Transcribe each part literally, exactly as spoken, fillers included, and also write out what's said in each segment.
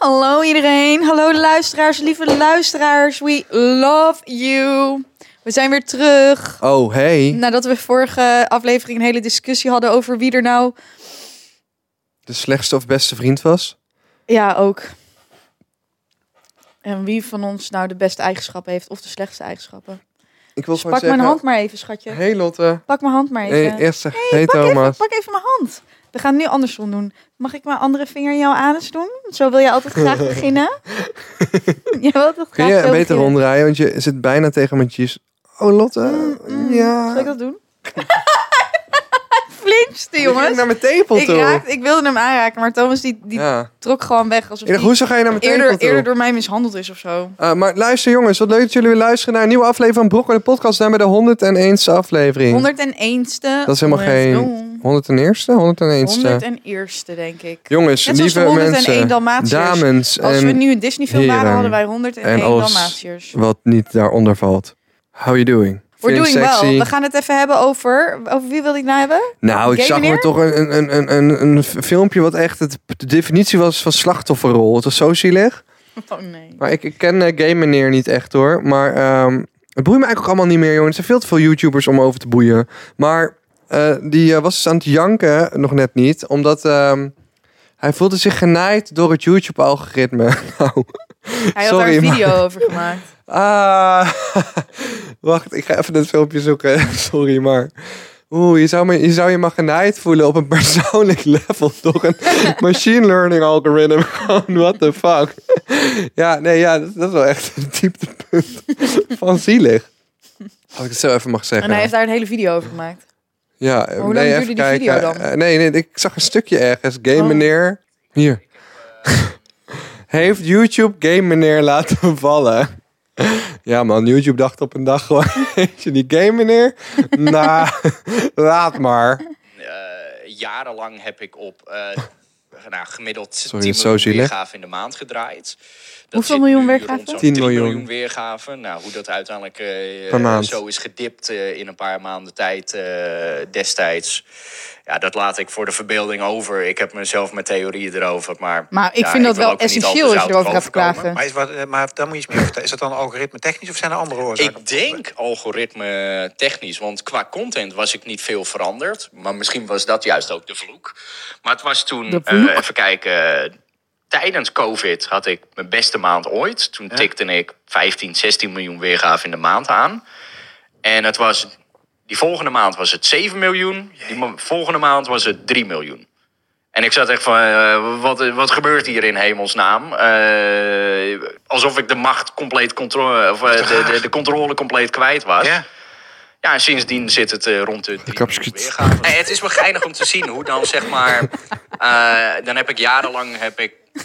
Hallo iedereen, hallo de luisteraars, lieve luisteraars, we love you. We zijn weer terug. Oh, hey. Nadat we vorige aflevering een hele discussie hadden over wie er nou... De slechtste of beste vriend was? Ja, ook. En wie van ons nou de beste eigenschappen heeft of de slechtste eigenschappen. Ik wil Dus gewoon pak zeggen... mijn hand maar even, schatje. Hey Lotte. Pak mijn hand maar even. Hey, eerst zeg, hey, hey pak Thomas. Even, pak even mijn hand. We gaan het nu andersom doen. Mag ik mijn andere vinger in jouw anus doen? Zo wil je altijd graag beginnen. Je wilt altijd Kun graag je zo beter beginnen. ronddraaien, want je zit bijna tegen mijn cheese. Oh Lotte, Mm, mm. ja. Zal ik dat doen? Flinste, Je ging jongens. naar mijn tepel Ik, toe. raakte, ik wilde hem aanraken, maar Thomas die, die Ja. trok gewoon weg. Alsof Ik dacht, hij hoezo ga je naar mijn tepel eerder, toe? eerder door mij mishandeld is of zo. Uh, maar luister jongens, wat leuk dat jullie weer luisteren naar een nieuwe aflevering van Brok en de podcast. Zijn we de honderdeenste aflevering. honderdeenste. Dat is helemaal geen... honderdeenste? honderdeenste. honderdeenste, denk ik. Jongens, Net zoals lieve de honderdéén mensen, Dalmatiërs. dames Als en we nu een Disney-film waren, heren. hadden wij honderdéén en alles Dalmatiërs. wat niet daaronder valt. How you doing? We're Vind je doing sexy? well. We gaan het even hebben over... Over wie wil ik nou hebben? Nou, ik Gay zag meneer? me toch een, een, een, een, een filmpje wat echt het, de definitie was van slachtofferrol. Het was zo zielig. Oh nee. Maar ik, ik ken uh, gay meneer niet echt hoor. Maar um, het boeit me eigenlijk ook allemaal niet meer, jongens. Er zijn veel te veel YouTubers om over te boeien. Maar uh, die uh, was dus aan het janken, nog net niet. Omdat um, hij voelde zich genaaid door het YouTube-algoritme. nou, Hij had sorry, daar een video maar... over gemaakt. Ah, wacht, ik ga even het filmpje zoeken. Sorry, maar... Oeh, je zou, me, je zou je maar genaaid voelen op een persoonlijk level door een machine learning algoritme. Gewoon, what the fuck. Ja, nee, ja, dat, dat is wel echt een dieptepunt van zielig. Als ik het zo even mag zeggen. En hij heeft daar een hele video over gemaakt. Ja, Maar hoe lang nee, duurde even die kijken. video dan? Uh, nee, nee, ik zag een stukje ergens. Gay Oh. meneer. Hier. Heeft YouTube gay meneer laten vallen. Ja man, YouTube dacht op een dag gewoon, weet je die gay meneer? Nou, laat maar. Uh, jarenlang heb ik op uh, nou, gemiddeld Sorry, tien zo miljoen zielig. weergaven in de maand gedraaid. Dat Hoeveel zit miljoen nu weergaven? rond zo'n tien drie miljoen. miljoen weergaven. Nou, hoe dat uiteindelijk uh, Per maand. zo is gedipt uh, in een paar maanden tijd uh, destijds. Ja, dat laat ik voor de verbeelding over. Ik heb mezelf met theorieën erover. Maar, Maar ik ja, vind dat wil wel ook niet al te essentieel als je zout erover gaat overkomen. klagen. Maar, is wat, maar daar moet je eens mee over vertellen. Is dat dan algoritme technisch of zijn er andere oorzaken? Ik denk algoritme technisch, want qua content was ik niet veel veranderd. Maar misschien was dat juist ook de vloek. Maar het was toen, De vloek? uh, even kijken, tijdens COVID had ik mijn beste maand ooit. Toen Ja. tikte ik vijftien, zestien miljoen weergaven in de maand aan. En het was, die volgende maand was het zeven miljoen. Die ma- volgende maand was het drie miljoen. En ik zat echt van, uh, wat, wat gebeurt hier in hemelsnaam? Uh, alsof ik de macht compleet controle, of uh, de, de, de controle compleet kwijt was. Ja. Ja, en sindsdien zit het uh, rond de drie kapskuut. miljoen weergaven. Hey, het is wel geinig om te zien hoe dan zeg maar... Uh, dan heb ik jarenlang, heb ik, uh,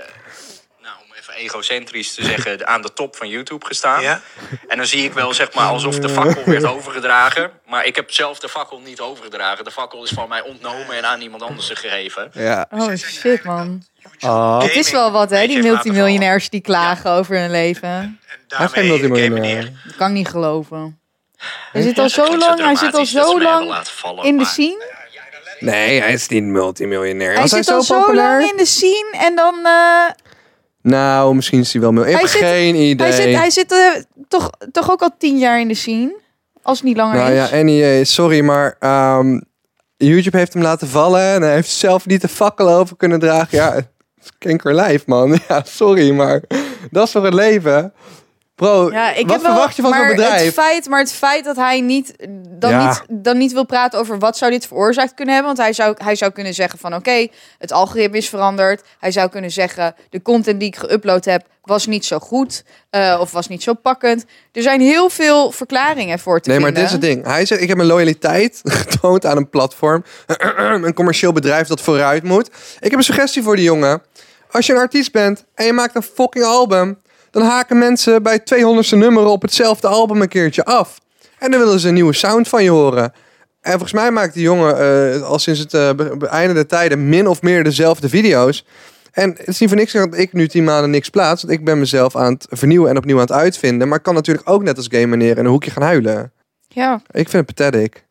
nou, om even egocentrisch te zeggen, aan de top van YouTube gestaan. Ja. En dan zie ik wel zeg maar alsof de fakkel werd overgedragen. Maar ik heb zelf de fakkel niet overgedragen. De fakkel is van mij ontnomen en aan iemand anders gegeven. Ja. Oh shit, man. Ah. Het is wel wat, hè, die multimiljonairs die klagen over hun leven. En Hij is geen multimiljonair. Dat kan ik niet geloven. Hij zit al Het zo klinkt lang, hij zit al dramatisch dat zo ze mij hebben lang laten vallen, in de maar- scene. Nee, hij is niet multimiljonair. Hij Was hij zit al zo zo populair? lang in de scene en dan... uh, Nou, misschien is hij wel miljonair. Ik Hij heb zit- geen idee. Hij zit, hij zit uh, toch, toch ook al tien jaar in de scene. Als het niet langer Nou is. ja, anyway, sorry, maar um, YouTube heeft hem laten vallen en hij heeft zelf niet de fakkel over kunnen dragen. Ja, kankerlijf, man. Ja, sorry, maar dat is toch het leven? Bro, Ja, ik wat heb wel- verwacht je van zo'n maar bedrijf? Het feit, maar het feit dat hij niet dan, Ja. niet dan niet wil praten over wat zou dit veroorzaakt kunnen hebben. Want hij zou, hij zou kunnen zeggen van oké, het algoritme is veranderd. Hij zou kunnen zeggen de content die ik geüpload heb was niet zo goed. Uh, of was niet zo pakkend. Er zijn heel veel verklaringen voor te Nee, maar vinden. dit is het ding. Hij zegt, ik heb mijn loyaliteit getoond aan een platform. Een commercieel bedrijf dat vooruit moet. Ik heb een suggestie voor die jongen. Als je een artiest bent en je maakt een fucking album, dan haken mensen bij het tweehonderdste nummer op hetzelfde album een keertje af. En dan willen ze een nieuwe sound van je horen. En volgens mij maakt die jongen uh, al sinds het uh, be- einde der tijden min of meer dezelfde video's. En het is niet voor niks dat ik nu tien maanden niks plaats. Want ik ben mezelf aan het vernieuwen en opnieuw aan het uitvinden. Maar ik kan natuurlijk ook net als Game Meneer in een hoekje gaan huilen. Ja, Ik vind het pathetic.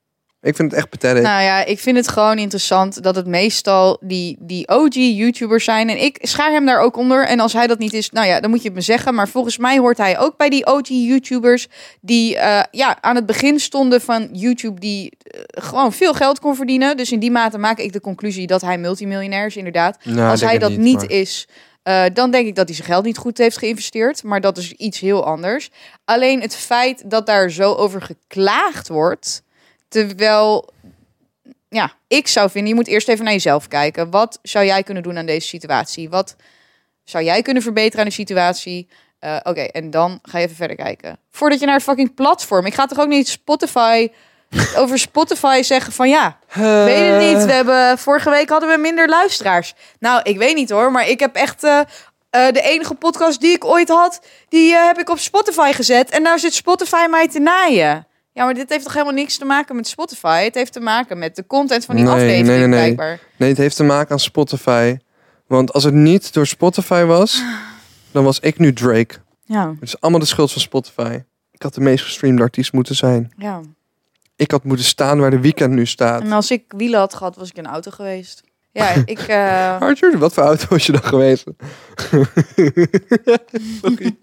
Ik vind het echt pathetic. Nou ja, ik vind het gewoon interessant dat het meestal die, die O G-YouTubers zijn. En ik schaar hem daar ook onder. En als hij dat niet is, nou ja, dan moet je het me zeggen. Maar volgens mij hoort hij ook bij die O G-YouTubers die uh, ja, aan het begin stonden van YouTube, die uh, gewoon veel geld kon verdienen. Dus in die mate maak ik de conclusie dat hij multimiljonair is, inderdaad. Nou, als hij dat niet, niet maar... is, uh, dan denk ik dat hij zijn geld niet goed heeft geïnvesteerd. Maar dat is iets heel anders. Alleen het feit dat daar zo over geklaagd wordt, terwijl, ja, ik zou vinden, je moet eerst even naar jezelf kijken. Wat zou jij kunnen doen aan deze situatie? Wat zou jij kunnen verbeteren aan de situatie? Uh, Oké, okay, en dan ga je even verder kijken. Voordat je naar het fucking platform. Ik ga toch ook niet Spotify over Spotify zeggen van ja, uh... weet het niet. We hebben, vorige week hadden we minder luisteraars. Nou, ik weet niet hoor, maar ik heb echt... Uh, uh, de enige podcast die ik ooit had, die uh, heb ik op Spotify gezet. En nou zit Spotify mij te naaien. Ja, maar dit heeft toch helemaal niks te maken met Spotify? Het heeft te maken met de content van die nee, aflevering, nee, nee, nee. blijkbaar. Nee, het heeft te maken aan Spotify. Want als het niet door Spotify was, dan was ik nu Drake. Ja. Het is allemaal de schuld van Spotify. Ik had de meest gestreamde artiest moeten zijn. Ja. Ik had moeten staan waar de Weeknd nu staat. En als ik wielen had gehad, was ik in een auto geweest. Ja, ik... Uh... Arthur, wat voor auto was je dan geweest? Sorry.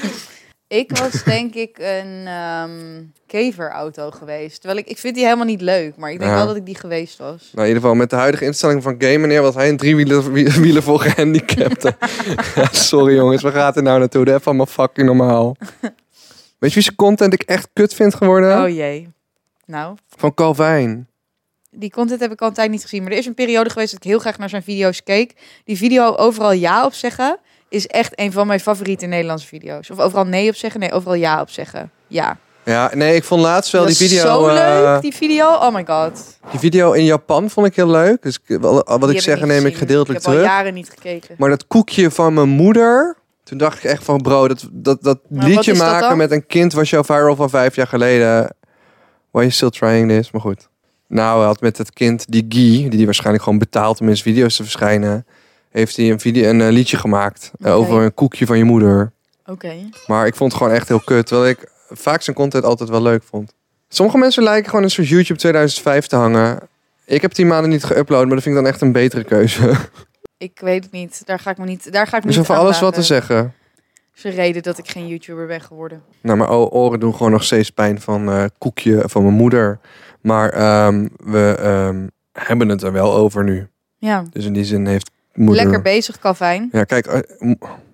Ik was denk ik een um, keverauto geweest. Terwijl ik, ik vind die helemaal niet leuk. Maar ik denk ja. wel dat ik die geweest was. Nou, in ieder geval met de huidige instelling van Game meneer was hij een driewielen wielen voor gehandicapten. Ja, sorry jongens, waar gaat het nou naartoe? Dat is allemaal fucking normaal. Weet je wie zijn content ik echt kut vind geworden? Oh jee. Nou? Van Calvin. Die content heb ik al een tijd niet gezien. Maar er is een periode geweest dat ik heel graag naar zijn video's keek. Die video overal ja op zeggen is echt een van mijn favoriete Nederlandse video's. Of overal nee op zeggen. Nee, overal ja op zeggen. Ja. Ja, nee, ik vond laatst wel die, die video... zo uh, leuk, die video. Oh my god. Die video in Japan vond ik heel leuk. Dus ik, wat die ik zeg, neem gezien. ik gedeeltelijk terug. Ik heb al jaren niet gekeken. Maar dat koekje van mijn moeder... Toen dacht ik echt van, bro, dat, dat, dat liedje maken dat met een kind was jouw viral van vijf jaar geleden. Why you still trying this? Maar goed. Nou, hij had met het kind, die Guy, die hij waarschijnlijk gewoon betaalt om in zijn video's te verschijnen, heeft hij een, video, een uh, liedje gemaakt okay. uh, over een koekje van je moeder. Oké. Okay. Maar ik vond het gewoon echt heel kut, terwijl ik vaak zijn content altijd wel leuk vond. Sommige mensen lijken gewoon een soort YouTube tweeduizend vijf te hangen. Ik heb tien maanden niet geüpload, maar dat vind ik dan echt een betere keuze. Ik weet het niet. Daar ga ik me niet. Daar ga ik me dus niet over alles wat te zeggen. Dat is een reden dat ik geen YouTuber ben geworden. Nou, mijn oren doen gewoon nog steeds pijn van uh, koekje van mijn moeder. Maar um, we um, hebben het er wel over nu. Ja. Dus in die zin heeft moeder... Lekker bezig, Calvin. Ja, kijk. Uh,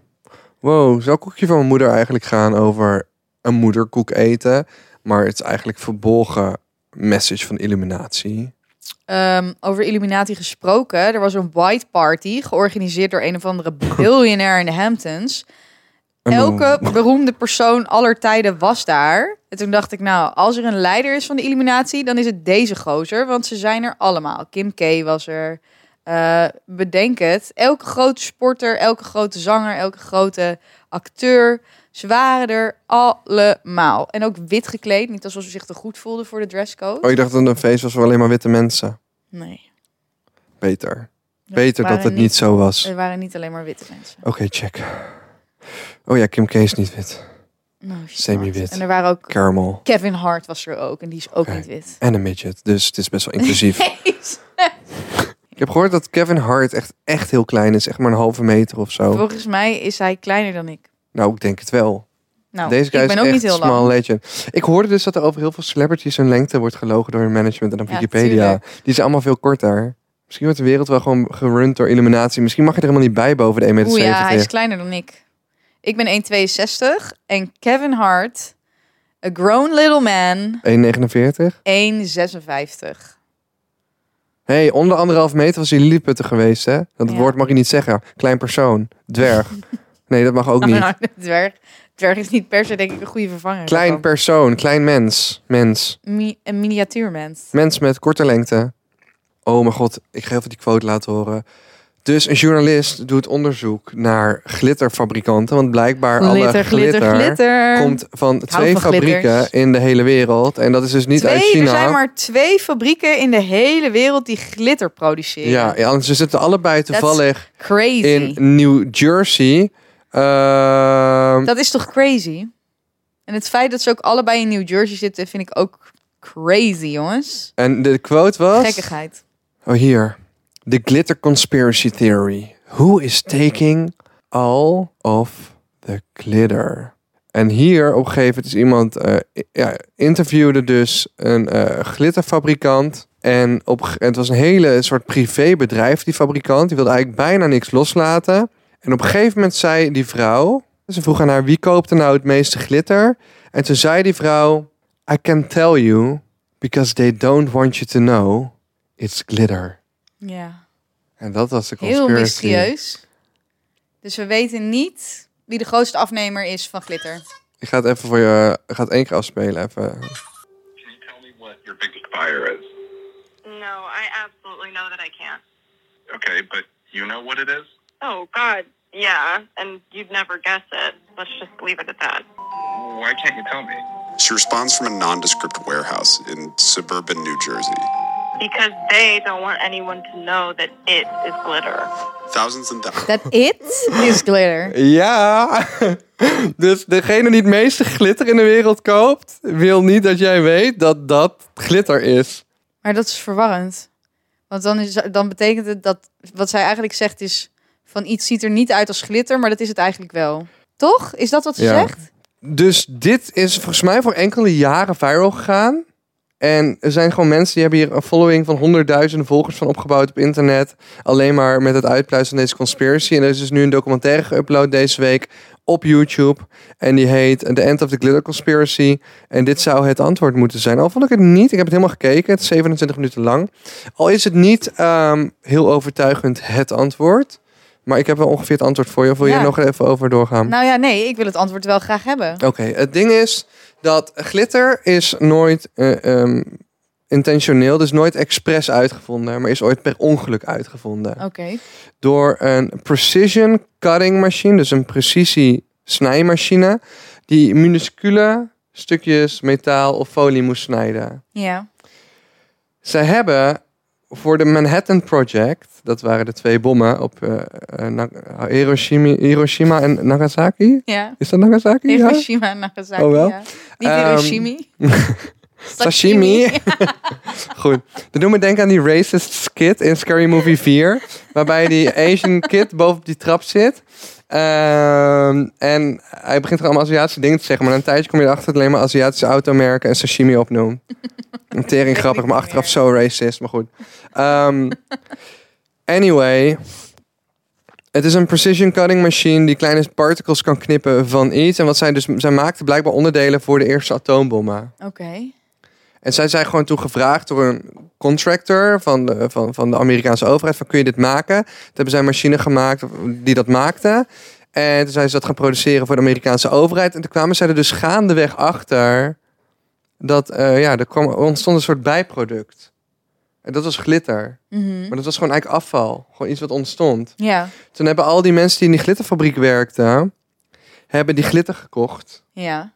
wow, zou koekje van mijn moeder eigenlijk gaan over een moederkoek eten? Maar het is eigenlijk verborgen message van Illuminatie. Um, over Illuminati gesproken. Er was een white party georganiseerd door een of andere biljonair in de Hamptons. Elke beroemde persoon aller tijden was daar. En toen dacht ik, nou, als er een leider is van de Illuminatie, dan is het deze gozer. Want ze zijn er allemaal. Kim K was er. Uh, bedenk het. Elke grote sporter, elke grote zanger, elke grote acteur. Ze waren er allemaal. En ook wit gekleed. Niet alsof ze zich te goed voelden voor de dresscode. Oh, ik dacht dat het een feest was voor alleen maar witte mensen. Nee. Beter. Beter dat het niet, niet zo was. Er waren niet alleen maar witte mensen. Oké, okay, check. Oh ja, Kim K is niet wit. No, semi-wit. En er waren ook... Caramel. Kevin Hart was er ook. En die is ook okay. niet wit. En een midget. Dus het is best wel inclusief. Ik heb gehoord dat Kevin Hart echt, echt heel klein is. Echt maar een halve meter of zo. Volgens mij is hij kleiner dan ik. Nou, ik denk het wel. Nou, Deze guy ik ben is ook echt niet heel small lang. legend. Ik hoorde dus dat er over heel veel celebrities hun lengte wordt gelogen door hun management en op ja, Wikipedia. Tuurlijk. Die zijn allemaal veel korter. Misschien wordt de wereld wel gewoon gerund door Illuminatie. Misschien mag je er helemaal niet bij boven de één meter zeventig. Oeh ja, hij is kleiner dan ik. Ik ben één komma tweeënzestig en Kevin Hart, a grown little man, één komma negenenveertig. één komma zesenvijftig. Hé, hey, onder anderhalf meter was hij Lilliputter geweest, hè? Dat ja. woord mag je niet zeggen. Klein persoon. Dwerg. Nee, dat mag ook niet. Nou, dwerg. Dwerg is niet per se denk ik een goede vervanger. Klein daarvan. persoon. Klein mens. Mens. Mi- een miniatuurmens. Mens met korte lengte. Oh mijn god, ik ga even die quote laten horen. Dus een journalist doet onderzoek naar glitterfabrikanten. Want blijkbaar glitter, alle glitter, glitter, glitter komt van Ik twee van fabrieken glitters. in de hele wereld. En dat is dus niet twee, uit China. Er zijn maar twee fabrieken in de hele wereld die glitter produceren. Ja, ja, ze zitten allebei toevallig crazy. in New Jersey. Uh, dat is toch crazy? En het feit dat ze ook allebei in New Jersey zitten, vind ik ook Crazy, jongens. En de quote was... Gekkigheid. Oh, hier. The glitter conspiracy theory. Who is taking all of the glitter? En hier op een gegeven moment is iemand... Uh, ja, interviewde dus een uh, glitterfabrikant. En op, en het was een hele soort privébedrijf, die fabrikant. Die wilde eigenlijk bijna niks loslaten. En op een gegeven moment zei die vrouw... Ze vroeg aan haar, wie koopt er nou het meeste glitter? En toen zei die vrouw... I can tell you, because they don't want you to know, it's glitter. Ja. En dat was de conspiracy. Heel mysterieus. Dus we weten niet wie de grootste afnemer is van glitter. Ik ga het even voor je... Ik ga het één keer afspelen, even. Can you tell me what your biggest buyer is? No, I absolutely know that I can't. Okay, but you know what it is? Oh, God, yeah, and you'd never guess it. Let's just leave it at that. Why can't you tell me? She responds from a nondescript warehouse in suburban New Jersey. Because they don't want anyone to know that it is glitter. Thousands and thousands. Dat it is glitter. Ja, dus degene die het meeste glitter in de wereld koopt... wil niet dat jij weet dat dat glitter is. Maar dat is verwarrend. Want dan, is, dan betekent het dat... Wat zij eigenlijk zegt is... van iets ziet er niet uit als glitter, maar dat is het eigenlijk wel. Toch? Is dat wat ze Ja. zegt? Dus dit is volgens mij voor enkele jaren viral gegaan. En er zijn gewoon mensen die hebben hier een following van honderdduizenden volgers van opgebouwd op internet. Alleen maar met het uitpluizen van deze conspiracy. En er is dus nu een documentaire geüpload deze week op YouTube. En die heet The End of the Glitter Conspiracy. En dit zou het antwoord moeten zijn. Al vond ik het niet. Ik heb het helemaal gekeken. Het is zevenentwintig minuten lang. Al is het niet um, heel overtuigend het antwoord. Maar ik heb wel ongeveer het antwoord voor je. Of wil Ja. je nog even over doorgaan? Nou ja, nee, ik wil het antwoord wel graag hebben. Oké, okay, het ding is dat glitter is nooit uh, um, intentioneel, dus nooit expres uitgevonden, maar is ooit per ongeluk uitgevonden. Oké. Okay. Door een precision cutting machine, dus een precisie snijmachine, die minuscule stukjes metaal of folie moest snijden. Ja. Zij hebben voor de Manhattan Project, dat waren de twee bommen op uh, uh, Hiroshima, Hiroshima en Nagasaki. Ja. Is dat Nagasaki? Hiroshima ja? en Nagasaki, oh, wel? ja. Niet Hiroshima. Um, Sashimi. Goed. Dat doet me denken aan die racist skit in Scary Movie vier. Waarbij die Asian kid bovenop die trap zit. Um, en hij begint er allemaal Aziatische dingen te zeggen. Maar na een tijdje kom je erachter dat alleen maar Aziatische automerken en sashimi opnoemt. Een tering grappig, maar achteraf zo racist. Maar goed. Um, anyway. Het is een precision cutting machine die kleine particles kan knippen van iets. En wat zij dus... Zij maakte blijkbaar onderdelen voor de eerste atoombommen. Oké. Okay. En zij zijn gewoon toen gevraagd door een contractor van de, van, van de Amerikaanse overheid. Van kun je dit maken? Toen hebben zij een machine gemaakt die dat maakte. En toen zijn ze dat gaan produceren voor de Amerikaanse overheid. En toen kwamen zij er dus gaandeweg achter dat uh, ja, er kwam, ontstond een soort bijproduct. En dat was glitter. Mm-hmm. Maar dat was gewoon eigenlijk afval. Gewoon iets wat ontstond. Ja. Toen hebben al die mensen die in die glitterfabriek werkten, hebben die glitter gekocht. Ja.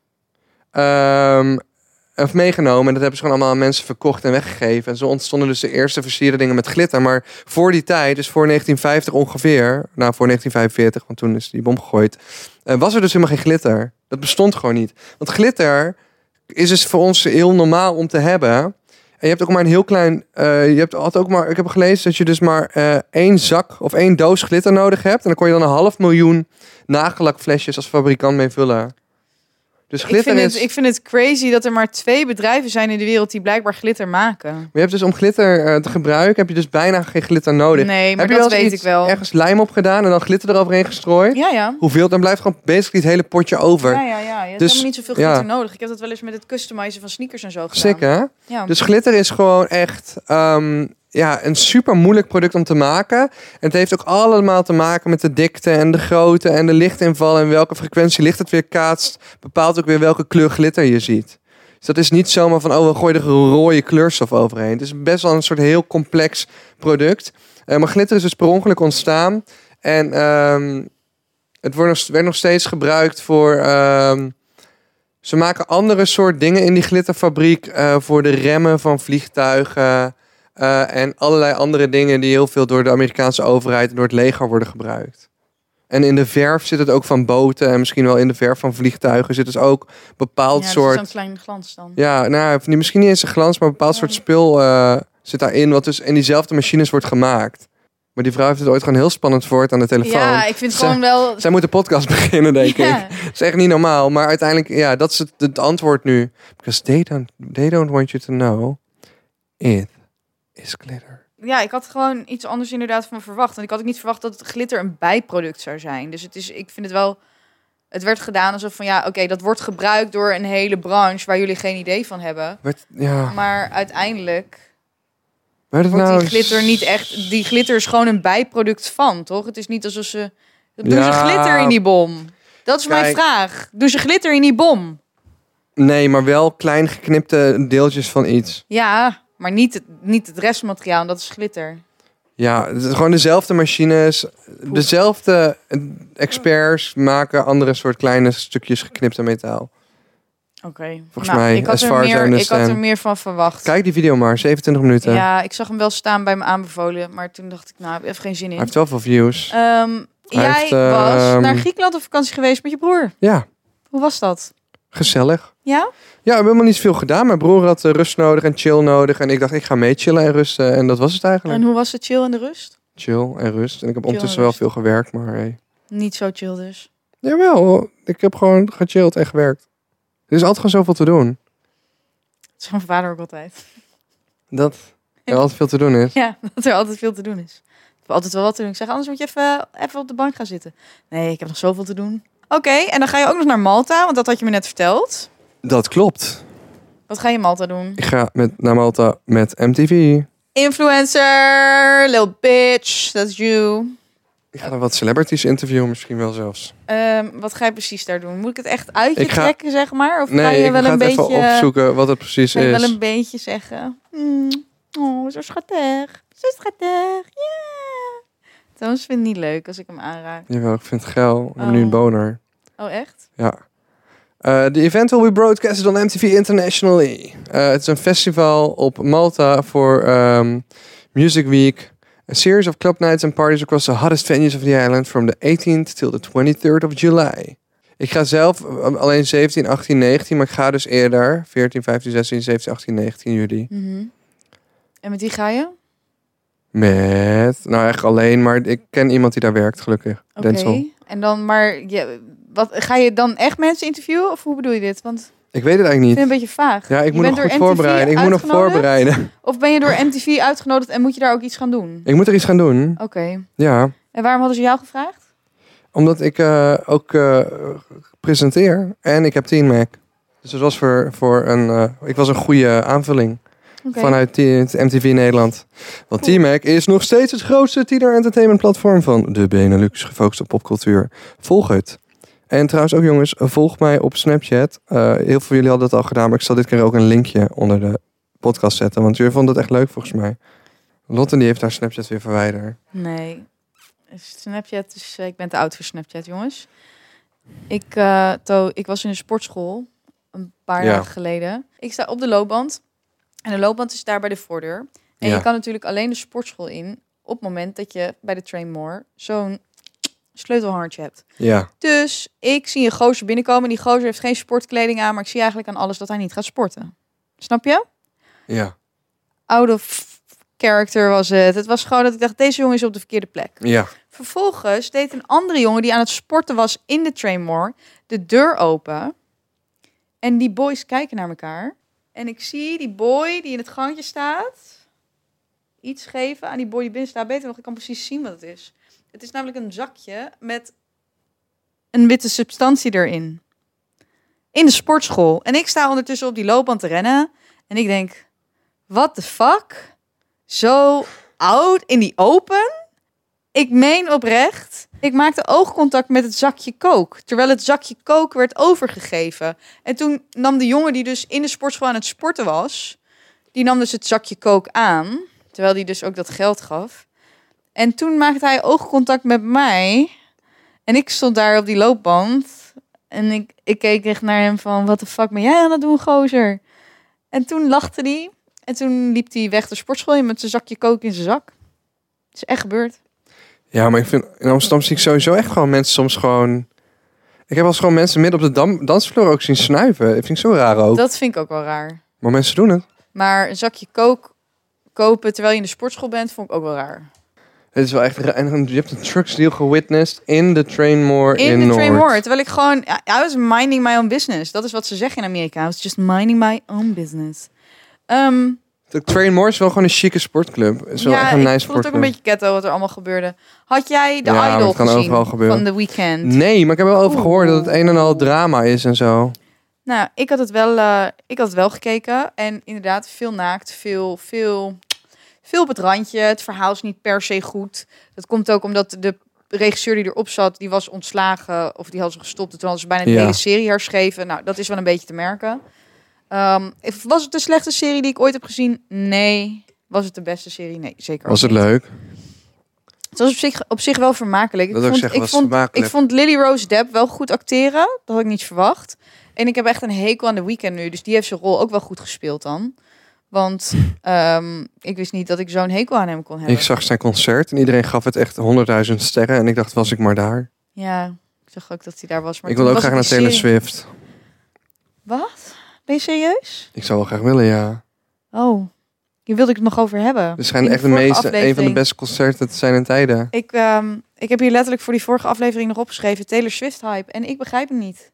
Um, Of meegenomen. En dat hebben ze gewoon allemaal aan mensen verkocht en weggegeven. En zo ontstonden dus de eerste versierde dingen met glitter. Maar voor die tijd, dus voor negentien vijftig ongeveer. Nou, voor negentien vijfenveertig, want toen is die bom gegooid. Uh, was er dus helemaal geen glitter. Dat bestond gewoon niet. Want glitter is dus voor ons heel normaal om te hebben. En je hebt ook maar een heel klein... Uh, je hebt altijd ook maar... Ik heb gelezen dat je dus maar uh, één zak of één doos glitter nodig hebt. En dan kon je dan een half miljoen nagellakflesjes als fabrikant mee vullen. Dus glitter ik, vind is... het, ik vind het crazy dat er maar twee bedrijven zijn in de wereld die blijkbaar glitter maken. Maar je hebt dus om glitter uh, te gebruiken, heb je dus bijna geen glitter nodig. Nee, maar heb je dat wel eens weet ik wel. ergens lijm op gedaan en dan glitter eroverheen gestrooid? Ja, ja. Hoeveel? Dan blijft gewoon basically het hele potje over. Ja, ja, ja. Je hebt dus, helemaal niet zoveel glitter ja. nodig. Ik heb dat wel eens met het customizen van sneakers en zo gedaan. Sick, hè? Ja. Dus glitter is gewoon echt um, ja, een super moeilijk product om te maken. En het heeft ook allemaal te maken met de dikte en de grootte en de lichtinval en welke frequentie licht het weer kaatst. Bepaalt ook weer welke kleur glitter je ziet. Dus dat is niet zomaar van, oh, we gooien er een rode kleurstof overheen. Het is best wel een soort heel complex product. Uh, maar glitter is dus per ongeluk ontstaan. En um, het wordt nog, werd nog steeds gebruikt voor... Um, ze maken andere soort dingen in die glitterfabriek. Uh, voor de remmen van vliegtuigen. Uh, en allerlei andere dingen die heel veel door de Amerikaanse overheid en door het leger worden gebruikt. En in de verf zit het ook van boten en misschien wel in de verf van vliegtuigen zit dus ook bepaald Ja, soort... zo'n klein glans dan. Ja, nou, niet- misschien niet eens een glans, maar een bepaald Ja. soort spul uh, zit daarin, wat dus in diezelfde machines wordt gemaakt. Maar die vrouw heeft het ooit gewoon heel spannend verwoord aan de telefoon. Ja, ik vind het Zij- gewoon wel... Zij moet een podcast beginnen, denk Ja. ik. Dat is echt niet normaal, maar uiteindelijk, ja, dat is het, het antwoord nu. Because they don't, they don't want you to know, it is glitter. Ja, ik had gewoon iets anders inderdaad van verwacht. En ik had ook niet verwacht dat het glitter een bijproduct zou zijn. Dus het is, ik vind het wel... Het werd gedaan alsof van ja, oké, dat wordt gebruikt door een hele branche waar jullie geen idee van hebben. Werd, ja, Maar uiteindelijk werd het wordt nou die glitter niet echt... Die glitter is gewoon een bijproduct van, toch? Het is niet alsof ze... Doen Ja. ze glitter in die bom? Dat is mijn Kijk. vraag. Doen ze glitter in die bom? Nee, maar wel klein geknipte deeltjes van iets. Ja, maar niet het, niet het restmateriaal. En dat is glitter. Ja, het is gewoon dezelfde machines, dezelfde experts maken andere soort kleine stukjes geknipte metaal. Oké. Volgens mij, ik had, as er far as I meer, ik had understand. er meer van verwacht. Kijk die video maar, zevenentwintig minuten. Ja, ik zag hem wel staan bij me aanbevolen. Maar toen dacht ik, nou, ik heb even geen zin in. Hij heeft wel veel views. Ehm, Hij jij heeft, ehm, was naar Griekenland op vakantie geweest met je broer. Ja, Hoe was dat? gezellig. Ja? Ja, we hebben helemaal niet veel gedaan. Mijn broer had eh, rust nodig en chill nodig. En ik dacht, ik ga mee chillen en rusten. En dat was het eigenlijk. En hoe was het chill en de rust? Chill en rust. En ik heb en ondertussen wel rust. veel gewerkt, maar hey. Niet zo chill dus. Jawel, ik heb gewoon gechilled en gewerkt. Er is altijd gewoon zoveel te doen. Dat is mijn vader ook altijd. Dat er altijd veel te doen is. Ja, dat er altijd veel te doen is. Ik heb altijd wel wat te doen. Ik zeg, anders moet je even, even op de bank gaan zitten. Nee, ik heb nog zoveel te doen. Oké, en dan ga je ook nog naar Malta, want dat had je me net verteld. Dat klopt. Wat ga je in Malta doen? Ik ga met, naar Malta met M T V. Influencer, little bitch, that's you. Ik ga wat celebrities interviewen, misschien wel zelfs. Ehm, wat ga je precies daar doen? Moet ik het echt uit je Ik ga- trekken, zeg maar? Of ga Nee, je ik wel ga een het beetje, even opzoeken wat het precies ga je is. wel een beetje zeggen? Mm, oh, zo schattig. Zo schattig. Ja. Thomas vindt het niet leuk als ik hem aanraak. Jawel, ik vind het geil. Ik heb nu Oh. een boner. Oh, echt? Ja. Uh, the event will be broadcasted on M T V internationally. Uh, het is een festival op Malta voor um, Music Week. A series of club nights and parties across the hottest venues of the island from the eighteenth till the twenty-third of July. Ik ga zelf um, alleen zeventien, achttien, negentien, maar ik ga dus eerder. veertien, vijftien, zestien, zeventien, achttien, negentien juli. Mhm. En met wie ga je? Met, nou echt alleen, maar ik ken iemand die daar werkt, gelukkig. Oké. Denzel. En dan maar, je, wat, ga je dan echt mensen interviewen? Of hoe bedoel je dit? Want Ik weet het eigenlijk ik niet. vind het een beetje vaag. Ja, ik Je moet bent nog goed door M T V voorbereiden. Ik moet nog uitgenodigd? voorbereiden. Of ben je door M T V uitgenodigd en moet je daar ook iets gaan doen? Ik moet er iets gaan doen. Oké. Ja, En waarom hadden ze jou gevraagd? omdat ik eh, ook eh, presenteer en ik heb Teen Mac. Dus het was voor, voor een, eh, ik was een goede aanvulling Oké. vanuit T- het M T V Nederland. Want Teen Mac is nog steeds het grootste tiener entertainment platform van de Benelux, gefocust op popcultuur. Volg het. En trouwens ook jongens, volg mij op Snapchat. Uh, heel veel van jullie hadden het al gedaan, maar ik zal dit keer ook een linkje onder de podcast zetten. Want jullie vonden het echt leuk volgens mij. Lotte die heeft haar Snapchat weer verwijderd. Nee. Snapchat is... Ik ben te oud voor Snapchat, jongens. Ik, eh, to, ik was in een sportschool een paar Ja. dagen geleden. Ik sta op de loopband. En de loopband is daar bij de voordeur. En Ja. je kan natuurlijk alleen de sportschool in op het moment dat je bij de Train More zo'n sleutelhartje hebt. Ja, Dus ik zie een gozer binnenkomen. Die gozer heeft geen sportkleding aan, maar ik zie eigenlijk aan alles dat hij niet gaat sporten. Snap je? ja, Out of character was het. Het was gewoon dat ik dacht, deze jongen is op de verkeerde plek. ja. Vervolgens deed een andere jongen die aan het sporten was in de Train More de deur open. En die boys kijken naar elkaar. En ik zie die boy die in het gangetje staat iets geven aan die boy die binnen staat. Beter nog, ik kan precies zien wat het is. Het is namelijk een zakje met een witte substantie erin. In de sportschool. En ik sta ondertussen op die loopband te rennen. En ik denk, what the fuck? Zo oud in die open? Ik meen oprecht. Ik maakte oogcontact met het zakje coke. Terwijl het zakje coke werd overgegeven. En toen nam de jongen die dus in de sportschool aan het sporten was, die nam dus het zakje coke aan. Terwijl die dus ook dat geld gaf. En toen maakte hij oogcontact met mij. En ik stond daar op die loopband. En ik, ik keek echt naar hem van, wat de fuck ben jij aan het doen, gozer? En toen lachte hij. En toen liep hij weg de sportschool in met zijn zakje coke in zijn zak. Het is echt gebeurd. Ja, maar ik vind... In Amsterdam zie ik sowieso echt gewoon mensen soms gewoon... Ik heb wel eens gewoon mensen midden op de dam, dansvloer ook zien snuiven. Dat vind ik zo raar ook. Dat vind ik ook wel raar. Maar mensen doen het. Maar een zakje kook kopen terwijl je in de sportschool bent, vond ik ook wel raar. Het is wel echt raar. En je hebt een drugsdeal gewitnessed in de Trainmore in, In de Noord. Trainmore. Terwijl ik gewoon... I was minding my own business. Dat is wat ze zeggen in Amerika. I was just minding my own business. Um, De Trainmore is wel gewoon een chique sportclub. Het is wel ja, echt een nice ik vond het ook sportclub. een beetje ghetto wat er allemaal gebeurde. Had jij de Ja, maar Idol het kan gezien overal gebeuren. van The Weeknd? Nee, maar ik heb wel over Oeh. gehoord dat het een en al drama is en zo. Nou, ik had het wel, uh, ik had het wel gekeken. En inderdaad, veel naakt, veel, veel, veel op het randje. Het verhaal is niet per se goed. Dat komt ook omdat de regisseur die erop zat, die was ontslagen. Of die had ze gestopt. En toen hadden ze bijna de Ja. hele serie herschreven. Nou, dat is wel een beetje te merken. Um, was het de slechte serie die ik ooit heb gezien? Nee. Was het de beste serie? Nee, zeker Was ook het niet. leuk? Het was op zich, op zich wel vermakelijk. Dat ik wil ik vond, zeggen, ik, was vond, vermakelijk. ik vond Lily Rose Depp wel goed acteren. Dat had ik niet verwacht. En ik heb echt een hekel aan The Weeknd nu. Dus die heeft zijn rol ook wel goed gespeeld dan. Want um, ik wist niet dat ik zo'n hekel aan hem kon hebben. Ik zag zijn concert en iedereen gaf het echt honderdduizend sterren. En ik dacht, was ik maar daar. Ja, ik zag ook dat hij daar was. Maar Ik toen wil ook was graag naar het die Taylor serie- Swift. Wat? Ben je serieus? Ik zou wel graag willen, ja. Oh, hier wilde ik het nog over hebben. Het schijnt In echt de vorige meeste, een van de aflevering. beste concerten te zijn in tijden. Ik, um, ik heb hier letterlijk voor die vorige aflevering nog opgeschreven. Taylor Swift hype. En ik begrijp het niet.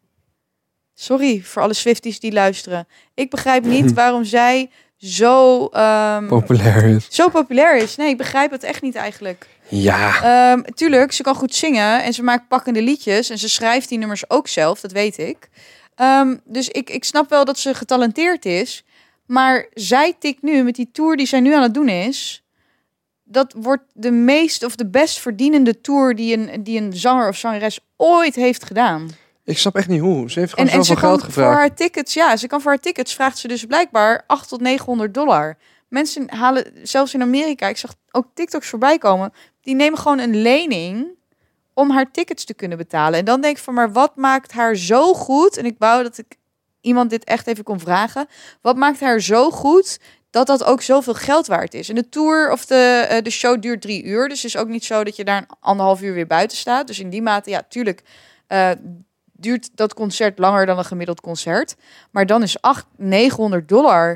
Sorry voor alle Swifties die luisteren. Ik begrijp niet waarom zij zo, um, Populair is. zo populair is. Nee, ik begrijp het echt niet eigenlijk. Ja. Um, tuurlijk, ze kan goed zingen en ze maakt pakkende liedjes. En ze schrijft die nummers ook zelf, dat weet ik. Um, dus ik, ik snap wel dat ze getalenteerd is. Maar zij tikt nu, met die tour die zij nu aan het doen is... dat wordt de meest of de best verdienende tour... die een, die een zanger of zangeres ooit heeft gedaan. Ik snap echt niet hoe. Ze heeft En, gewoon en ze zoveel kan geld voor gevraagd. haar tickets... Ja, ze kan voor haar tickets vraagt ze dus blijkbaar acht tot negenhonderd dollar. Mensen halen, zelfs in Amerika... ik zag ook TikToks voorbij komen... die nemen gewoon een lening... om haar tickets te kunnen betalen. En dan denk ik van, maar wat maakt haar zo goed? En ik wou dat ik iemand dit echt even kon vragen. Wat maakt haar zo goed dat dat ook zoveel geld waard is? En de tour of de, uh, de show duurt drie uur. Dus het is ook niet zo dat je daar een anderhalf uur weer buiten staat. Dus in die mate, ja, tuurlijk uh, duurt dat concert langer dan een gemiddeld concert. Maar dan is acht, negenhonderd dollar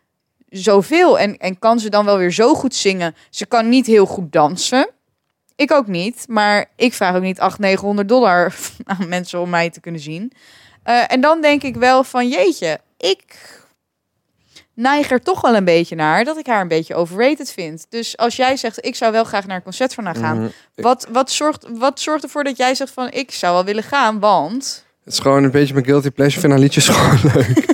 zoveel. En, en kan ze dan wel weer zo goed zingen? Ze kan niet heel goed dansen. Ik ook niet, maar ik vraag ook niet acht, negenhonderd dollar aan mensen om mij te kunnen zien. Uh, en dan denk ik wel van, jeetje, ik neig er toch wel een beetje naar dat ik haar een beetje overrated vind. Dus als jij zegt, ik zou wel graag naar een concert van haar gaan. Mhm. Wat, wat, zorgt, wat zorgt ervoor dat jij zegt van, ik zou wel willen gaan, want... Het is gewoon een beetje mijn guilty pleasure. Ik vind haar liedjes gewoon leuk.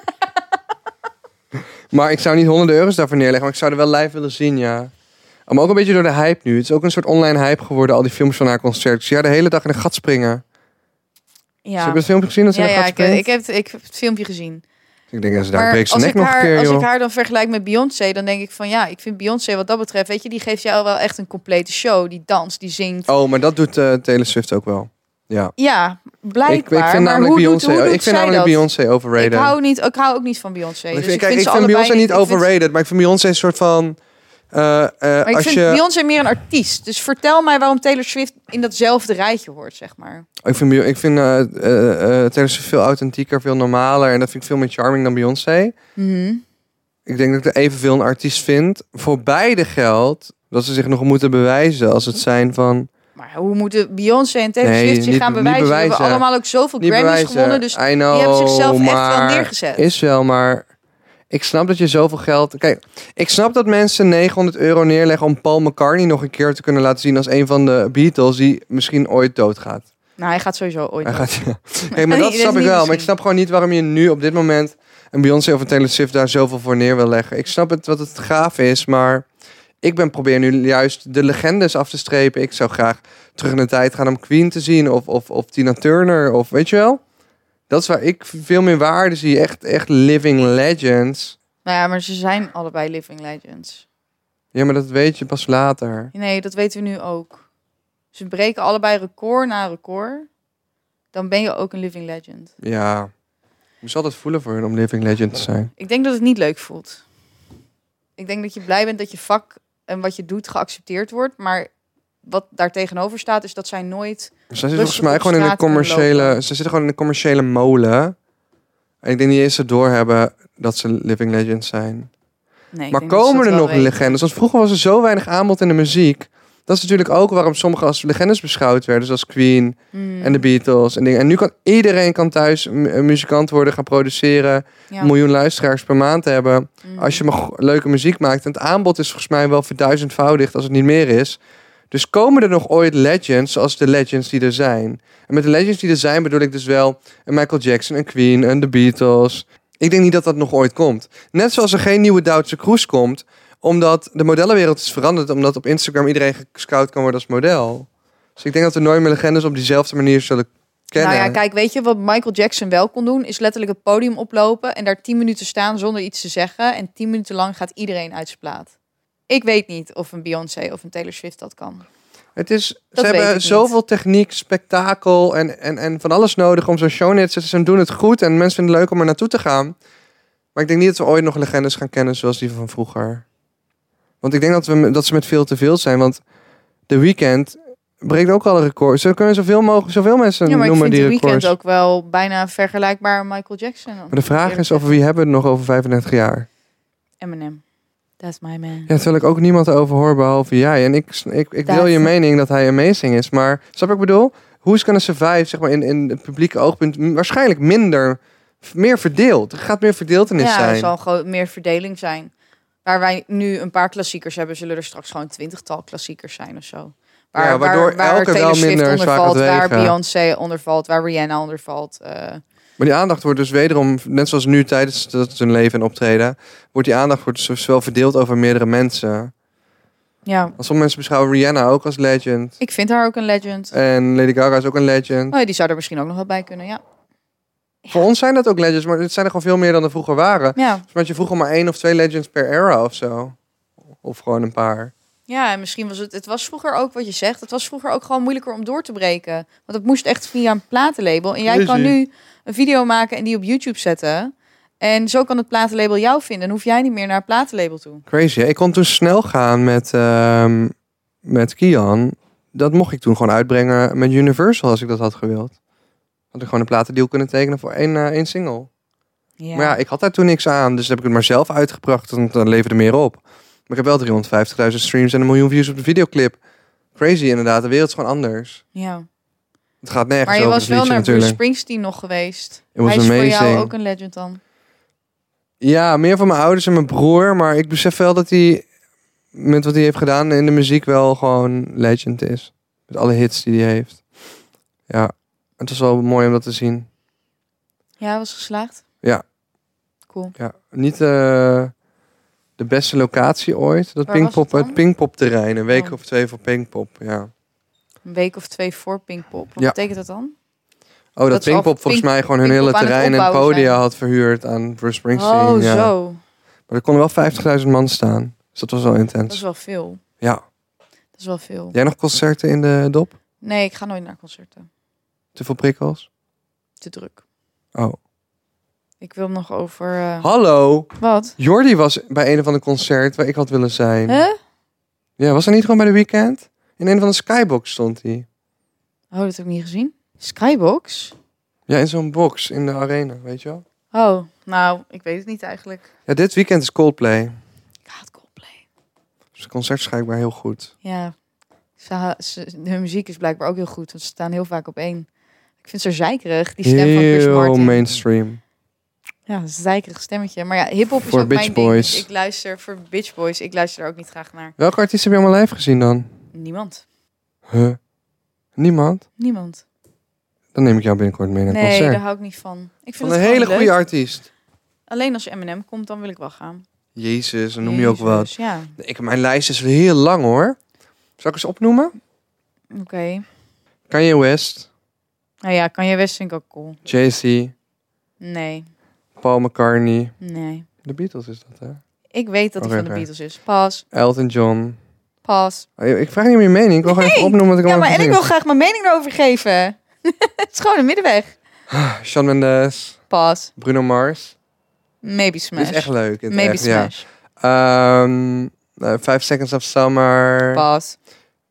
Maar ik zou niet honderden euro's daarvoor neerleggen. Maar ik zou er wel live willen zien, ja. Maar ook een beetje door de hype nu. Het is ook een soort online hype geworden, al die films van haar concert. Dus ja, de hele dag in een gat springen. Ja, Heb je het filmpje gezien dat ze ja, in een ja gat ik, springt? ik, heb, het- ik heb het filmpje gezien. Ik denk dat ze daar Maar breekt ze als, nek ik nog een haar, keer, als joh. ik haar dan vergelijk met Beyoncé, dan denk ik van ja, ik vind Beyoncé wat dat betreft, weet je, die geeft jou wel echt een complete show. Die danst, die zingt. Oh, maar dat doet uh, Taylor Swift ook wel. Ja. Ja, blijkbaar. Ik, ik vind maar namelijk hoe Beyoncé, doet, hoe doet ik vind zij namelijk dat? Beyoncé overrated. Ik hou, niet, ik hou ook niet van Beyoncé. Ik Dus vind, ik kijk, vind, ik ze vind allebei Beyoncé niet ik vind- overrated, maar ik vind Beyoncé een soort van... Uh, uh, Maar ik als vind je, Beyoncé meer een artiest. Dus vertel mij waarom Taylor Swift in datzelfde rijtje hoort, zeg maar. Ik vind, Beyo- ik vind uh, uh, uh, Taylor Swift veel authentieker, veel normaler. En dat vind ik veel meer charming dan Beyoncé. Mm-hmm. Ik denk dat ik er evenveel een artiest vind. Voor beide geldt dat ze zich nog moeten bewijzen als het zijn van... Maar hoe moeten Beyoncé en Taylor Nee, Swift zich niet- gaan niet bewijzen? We bewijzen. hebben allemaal ook zoveel Niet Grammys bewijzen. gewonnen. Dus I know, die hebben zichzelf echt wel maar neergezet. Is wel, maar ik snap dat je zoveel geld... Kijk, ik snap dat mensen negenhonderd euro neerleggen om Paul McCartney nog een keer te kunnen laten zien als een van de Beatles die misschien ooit doodgaat. Nou, hij gaat sowieso ooit. Hij dood. gaat, ja. Kijk, maar Nee, dat dat snap is ik niet wel. Maar ik misschien. snap gewoon niet waarom je nu op dit moment een Beyoncé of een Taylor Swift daar zoveel voor neer wil leggen. Ik snap het wat het gaaf is, maar ik ben probeer nu juist de legendes af te strepen. Ik zou graag terug in de tijd gaan om Queen te zien of, of, of Tina Turner of weet je wel. Dat is waar ik veel meer waarde zie. Echt, echt living legends. Nou ja, maar ze zijn allebei living legends. Ja, maar dat weet je pas later. Nee, dat weten we nu ook. Ze breken allebei record na record. Dan ben je ook een living legend. Ja. Je moet altijd voelen voor hun om living legend te zijn. Ik denk dat het niet leuk voelt. Ik denk dat je blij bent dat je vak en wat je doet geaccepteerd wordt. Maar wat daar tegenover staat, is dat zij nooit... Zij zitten rustig volgens mij op gewoon in de straat kunnen commerciële... lopen. Ze zitten gewoon in de commerciële molen. En ik denk niet eens ze doorhebben dat ze living legends zijn. Nee, ik Maar denk dat ze komen dat er wel nog weten. legendes? Want vroeger was er zo weinig aanbod in de muziek. Dat is natuurlijk ook waarom sommigen als legendes beschouwd werden. Zoals Queen Hmm. en de Beatles. En, dingen. En nu kan iedereen kan thuis een een muzikant worden, gaan produceren. Ja. Een miljoen luisteraars per maand hebben. Hmm. Als je maar go- leuke muziek maakt. En het aanbod is volgens mij wel verduizendvoudigd als het niet meer is. Dus komen er nog ooit legends zoals de legends die er zijn? En met de legends die er zijn bedoel ik dus wel een Michael Jackson, een Queen, en de Beatles. Ik denk niet dat dat nog ooit komt. Net zoals er geen nieuwe Duitse Kroes komt, omdat de modellenwereld is veranderd, omdat op Instagram iedereen gescout kan worden als model. Dus ik denk dat we nooit meer legendes op diezelfde manier zullen kennen. Nou ja, kijk, weet je wat Michael Jackson wel kon doen? Is letterlijk het podium oplopen en daar tien minuten staan zonder iets te zeggen. En tien minuten lang gaat iedereen uit zijn plaat. Ik weet niet of een Beyoncé of een Taylor Swift dat kan. Het is, ze weet ik hebben niet. zoveel techniek, spektakel en, en, en van alles nodig om zo'n show neer te zetten. Ze doen het goed en mensen vinden het leuk om er naartoe te gaan. Maar ik denk niet dat we ooit nog legendes gaan kennen zoals die van vroeger. Want ik denk dat, we, dat ze met veel te veel zijn. Want The Weeknd breekt ook al een record. Ze kunnen zoveel mogelijk, zoveel mensen Ja, maar ik noemen vind die The records. Weeknd ook wel bijna vergelijkbaar aan Michael Jackson. Maar de vraag is over wie hebben we het nog over vijfendertig jaar? Eminem. That's my man. Ja, terwijl ik ook niemand erover hoor behalve jij. En ik, ik, ik deel That's- je mening dat hij amazing is. Maar snap ik bedoel? Hoe is gonna survive, zeg maar, in, in het publieke oogpunt? m- Waarschijnlijk minder, meer verdeeld. Er gaat meer verdeeltenis Ja, er zijn. zal gewoon meer verdeling zijn. Waar wij nu een paar klassiekers hebben, zullen er straks gewoon twintigtal klassiekers zijn of zo. Waar, Ja, waardoor waar, waar elke Taylor wel Swift minder onder zwaar valt, gaat waar wegen. Beyoncé onder valt, waar Rihanna onder valt. eh. Maar die aandacht wordt dus wederom, net zoals nu tijdens dat hun leven en optreden, wordt die aandacht wordt dus wel verdeeld over meerdere mensen. Ja, Als sommige mensen beschouwen Rihanna ook als legend. ik vind haar ook een legend. En Lady Gaga is ook een legend. Oh, ja, die zou er misschien ook nog wel bij kunnen, ja. Voor ons zijn dat ook legends, maar het zijn er gewoon veel meer dan er vroeger waren. Ja, Dus had je vroeger maar één of twee legends per era of zo. Of gewoon een paar. ja en misschien was het... Het was vroeger ook wat je zegt. Het was vroeger ook gewoon moeilijker om door te breken. Want het moest echt via een platenlabel. En jij Crazy. kan nu een video maken en die op YouTube zetten. En zo kan het platenlabel jou vinden. Dan hoef jij niet meer naar het platenlabel toe. Crazy. Hè? Ik kon toen snel gaan met, ehm met Kian. Dat mocht ik toen gewoon uitbrengen met Universal als ik dat had gewild. Had ik gewoon een platendeal kunnen tekenen voor één, eh, één single. Ja. Maar ja, ik had daar toen niks aan. Dus heb ik het maar zelf uitgebracht. Want dan leverde meer op. Maar ik heb wel driehonderdvijftigduizend streams en een miljoen views op de videoclip. Crazy inderdaad. De wereld is gewoon anders. ja. Het gaat nergens Maar je over was het wel liedje naar Bruce natuurlijk. Springsteen nog geweest. It was Hij is voor amazing. jou ook een legend dan. Ja, meer van mijn ouders en mijn broer. Maar ik besef wel dat hij met wat hij heeft gedaan in de muziek wel gewoon legend is. Met alle hits die hij heeft. Ja, het was wel mooi om dat te zien. Ja, hij was geslaagd. Ja. Cool. Ja, niet eh, de beste locatie ooit. Dat Waar was Pinkpop, het dan? het Pinkpop terrein. Een week Oh. of twee voor Pinkpop, ja. Een week of twee voor Pinkpop. Wat Ja. betekent dat dan? Oh, dat, Dat ze al Pinkpop volgens Pink- mij gewoon hun Pinkpop hele aan het terrein en opbouwen podia zijn. had verhuurd aan Bruce Springsteen. Oh, ja. zo. Maar er konden wel vijftigduizend man staan. Dus dat was wel intens. Dat is wel veel. Ja. Dat is wel veel. Jij nog concerten in de dop? Nee, ik ga nooit naar concerten. Te veel prikkels? Te druk. Oh. Ik wil nog over... eh, Hallo! Wat? Jordi was bij een of ander concert waar ik had willen zijn. Huh? Ja, was hij niet gewoon bij de Weeknd? In een van de Skybox stond hij. Oh, dat heb ik niet gezien. Skybox? Ja, in zo'n box in de arena, weet je wel? Oh, nou, ik weet het niet eigenlijk. Ja, dit weekend is Coldplay. Ik haat Coldplay. Dus het concert is schijnbaar heel goed. Ja, ze, ze, hun muziek is blijkbaar ook heel goed, want ze staan heel vaak op één. Ik vind ze zo zeikerig, die stem van Chris Heel Martin. mainstream. Ja, een zeikerig stemmetje. Maar ja, hiphop is Voor ook Bitch mijn ding. Boys. Dus ik luister voor Bitch Boys. Ik luister er ook niet graag naar. Welke artiest heb je allemaal live gezien dan? Niemand. Huh? Niemand? Niemand. Dan neem ik jou binnenkort mee naar een Nee, concert. daar hou ik niet van. Ik vind Van het een gewoon hele leuk. goede artiest. Alleen als Eminem komt, dan wil ik wel gaan. Jezus, dan noem je ook wat. Jezus, Ja, Ik, mijn lijst is heel lang hoor. Zal ik eens opnoemen? oké. Kanye West, Nou ja, Kanye West vind ik ook cool. Jay-Z, Nee, Paul McCartney. nee. De Beatles is dat, hè? Ik weet dat hij Oké, van de oké. Beatles is. Pas, Elton John. pas. Oh, Ik vraag niet om je mening. Ik wil gewoon even opnoemen wat ik Ja, allemaal maar en heb ik wil gezien. graag mijn mening erover geven. Het is gewoon een middenweg. Shawn Mendes, Pas. Bruno Mars. Maybe Smash. Dit is echt leuk. in het Maybe echt, ja. Smash. Ehm, eh, Five Seconds of Summer. Pas.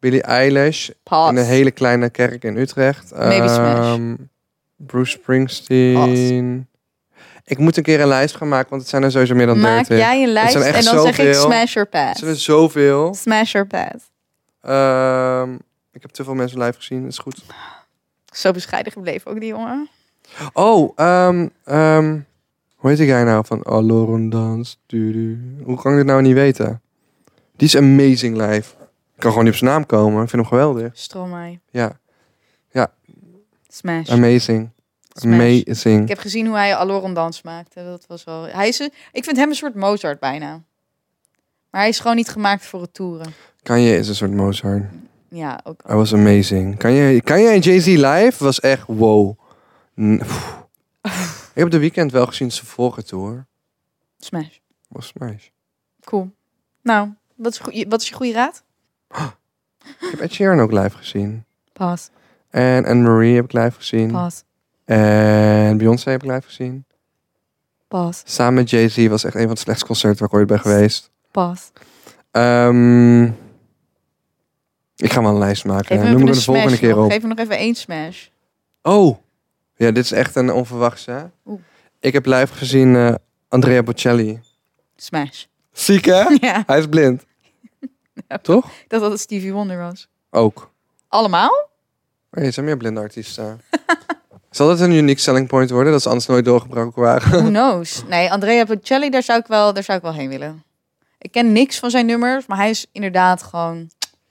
Billie Eilish. Pas. In een hele kleine kerk in Utrecht. Maybe Smash. Ehm, Bruce Springsteen. Ik moet een keer een lijst gaan maken, want het zijn er sowieso meer dan Maak dertig. jij een lijst zijn er en echt dan zeg ik zoveel. smash or Er pass. zijn er zoveel. Smash or pass. Ehm, ik heb te veel mensen live gezien, dat is goed. Zo bescheiden gebleven ook die jongen. Oh, ehm, ehm, hoe heet die guy nou van Oh, Lauren Dans? Du-du. Hoe kan ik dit nou niet weten? Die is amazing live. Ik kan gewoon niet op zijn naam komen. Ik vind hem geweldig. Stromae. Ja, Smash. amazing. Smash. Amazing. Ik heb gezien hoe hij Aloron dans maakte. Dat was wel... Hij is een... Ik vind hem een soort Mozart bijna. Maar hij is gewoon niet gemaakt voor het toeren. Kanye is een soort Mozart. Ja, ook. Hij was amazing. Kanye, Kanye en Jay-Z live was echt wow. N- pff. Ik heb de weekend wel gezien zijn vorige tour. Smash. Was smash. Cool. Nou, wat is, goeie- wat is je goede raad? Ik heb Ed Sheeran ook live gezien. Pas. En Anne-Marie heb ik live gezien. Pas. En Beyoncé heb ik live gezien. Pas. Samen met Jay-Z was echt een van de slechtste concerten waar ik ooit ben geweest. Pas. Ehm, ik ga wel een lijst maken. Geef Noem hem me even de een volgende smash keer nog. op. Geef hem nog even één smash. Oh, ja, dit is echt een onverwachte. Oeh. Ik heb live gezien eh, Andrea Bocelli. Smash. Ziek hè? Ja, Hij is blind. Toch? ik dacht dat het Stevie Wonder was. Ook. Allemaal? Oh, er zijn meer blinde artiesten. Zal dat een unique selling point worden? Dat ze anders nooit doorgebroken waren? Who knows? Nee, Andrea Bocelli, daar zou ik wel, daar zou ik wel heen willen. Ik ken niks van zijn nummers, maar hij is inderdaad gewoon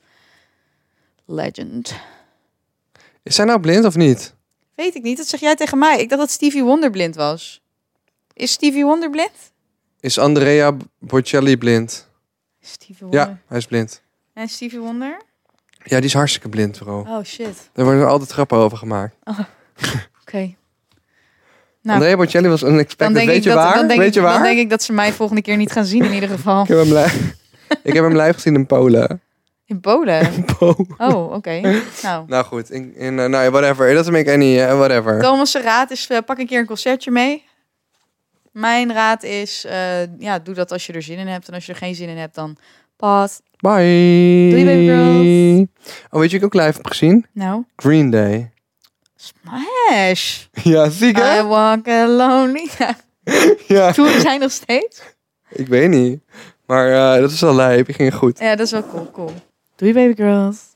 legend. Is hij nou blind of niet? Weet ik niet, dat zeg jij tegen mij. Ik dacht dat Stevie Wonder blind was. Is Stevie Wonder blind? Is Andrea Bocelli blind? Stevie Wonder. Ja, hij is blind. En Stevie Wonder? Ja, die is hartstikke blind, bro. Oh shit. Daar worden altijd grappen over gemaakt. Oké. Okay. Andrea Bocelli was een expert. Weet ik je dat, waar? dan denk Weet ik, je waar? Dan denk ik dat ze mij volgende keer niet gaan zien in ieder geval. Ik heb hem live, ik heb hem live gezien in Polen. In Polen? Polen. Oh, oké. Nou. Nou goed, in, in uh, nou, whatever. It doesn't make any, uh, whatever. Thomas' raad is, uh, pak een keer een concertje mee. Mijn raad is, uh, ja, doe dat als je er zin in hebt. En als je er geen zin in hebt, dan pas. Bye. Doei, baby girls. Oh, weet je wie ik ook live heb gezien? Nou. Green Day. Smash. Ja, ziek hè? I walk alone. Ja. Ja. Toen zijn nog steeds. Ik weet niet. Maar uh, dat is wel lijp. Ik ging goed. Ja, dat is wel cool, cool. Doei, baby girls.